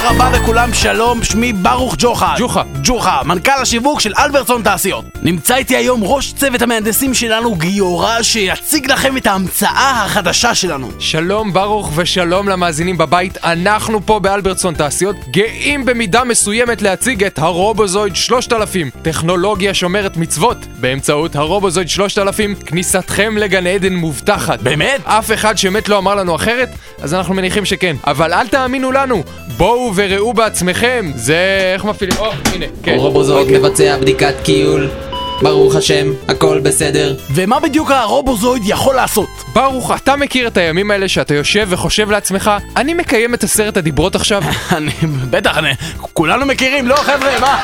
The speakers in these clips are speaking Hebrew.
רבה לכולם, שלום, שמי ברוך ג'וחה, מנכ"ל השיווק של אלברטסון תעשיות. נמצא איתי היום ראש צוות המהנדסים שלנו, גיורא, שיציג לכם את ההמצאה החדשה שלנו. שלום ברוך ושלום למאזינים בבית, אנחנו פה באלברטסון תעשיות גאים במידה מסוימת להציג את הרובוזויד 3000, טכנולוגיה שומרת מצוות. באמצעות הרובוזויד 3000 כניסתכם לגן עדן מובטחת. באמת? אף אחד שמת לא אמר לנו אחרת, אז אנחנו מניחים שכן. אבל אל תאמינו לנו, בואו וראו בעצמכם. זה איך מפעילים? הנה, כן. רובוזויד מבצע בדיקת קיול. ברוך השם, הכל בסדר. ומה בדיוק הרובוזויד יכול לעשות? ברוך, אתה מכיר את הימים האלה שאתה יושב וחושב לעצמך, אני מקיים את 10 הדיברות עכשיו? בטח, כולנו מכירים, לא חבר'ה, מה?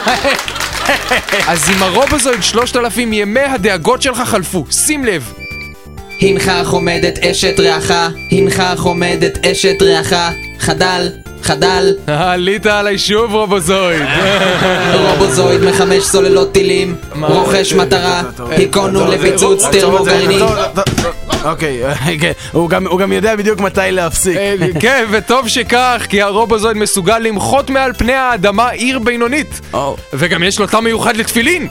אז עם הרובוזויד 3000 ימי הדאגות שלך חלפו, שים לב. הנך עומדת אשת רעך, הנך עומדת אשת רעך, חדל. עלית עליי שוב רובוזויד. רובוזויד מחמש סוללות טילים, רוכש מטרה, היכונו לפיצוץ טרמו-גרעיני. אוקיי, הוא גם יודע בדיוק מתי להפסיק. כן, וטוב שכך, כי הרובוזויד מסוגל למחות מעל פני האדמה עיר בינונית. וגם יש לו טעם מיוחד לתפילין.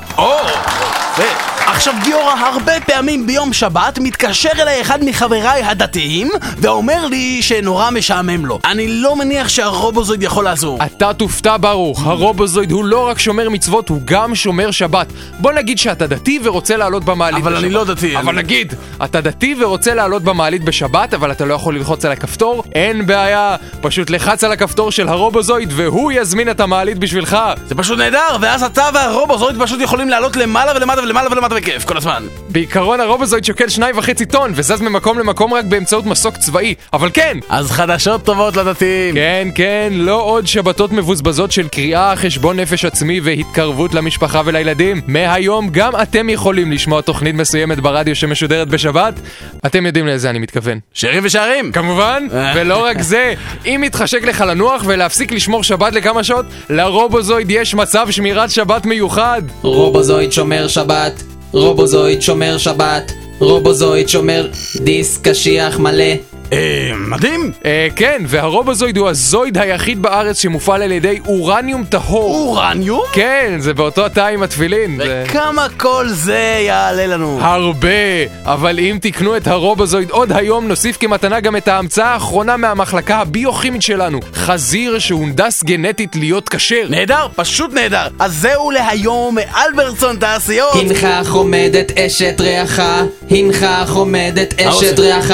עכשיו גיורא, הרבה פעמים ביום שבת מתקשר אליי אחד מחבריי הדתיים ואומר לי שנורא משעמם לו. אני לא מניח שהרובוזויד יכול לעזור. אתה תופתע ברוך, הרובוזויד הוא לא רק שומר מצוות, הוא גם שומר שבת. בוא נגיד שאתה דתי ורוצה לעלות במעלית בשבת. אבל אני לא דתי. אבל נגיד, אתה דתי ורוצה לעלות במעלית בשבת, אבל אתה לא יכול ללחוץ על הכפתור, אין בעיה, פשוט לחץ על הכפתור של הרובוזויד והוא יזמין את המעלית בשבילך. זה פשוט נהדר, ואז אתה והרובוזויד פשוט יכולים לעלות למעלה ולמטה ולמעלה ולמטה בכיף כל הזמן. בעיקרון הרובוזויד שוקל 2.5 טון וזז ממקום למקום רק באמצעות מסוק צבאי, אבל כן! אז חדשות טובות לדתיים. כן, לא עוד שבתות מבוזבזות של קריאה, חשבון נפש עצמי והתקרבות למשפחה ולילדים. מהיום גם אתם יכולים לשמוע תוכנית מסוימת ברדיו שמשודרת בשבת. אתם יודעים לאיזה אני מתכוון. שירים ושערים! כמובן, ולא רק זה, אם מתחשק לך לנוח ולהפסיק לשמור שבת לכמה שעות, לרובוזויד יש מצב שמירת שבת מיוחד. רובוזויד שומר שבת, רובוזויד שומר שבת, רובוזויד שומר דיסק קשיח מלא. מדהים? כן, והרובוזויד הוא הזויד היחיד בארץ שמופעל על ידי אורניום טהור. אורניום? כן, זה באותו תא עם התפילין. וכמה כל זה יעלה לנו? הרבה, אבל אם תקנו את הרובוזויד עוד היום, נוסיף כמתנה גם את ההמצאה האחרונה מהמחלקה הביוכימית שלנו, חזיר שהונדס גנטית להיות כשר. נהדר, פשוט נהדר. אז זהו להיום מאלברטסון תעשיות. הנך עומדת אשת רעך, הנך עומדת אשת רעך,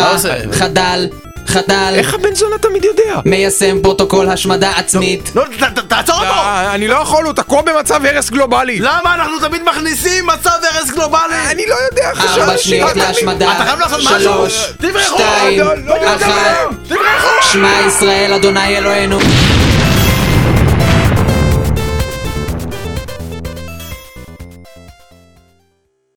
חדל. איך הבן זונה תמיד יודע? מיישם פרוטוקול השמדה עצמית. לא, תעצור אותו! אני לא יכול, הוא תקוע במצב הרס גלובלי. למה אנחנו תמיד מכניסים מצב הרס גלובלי? אני לא יודע, 4 שניות להשמדה. אתה חייב לעשות משהו. 3, תברחו! 2, 1. שמע ישראל אדוני אלוהינו.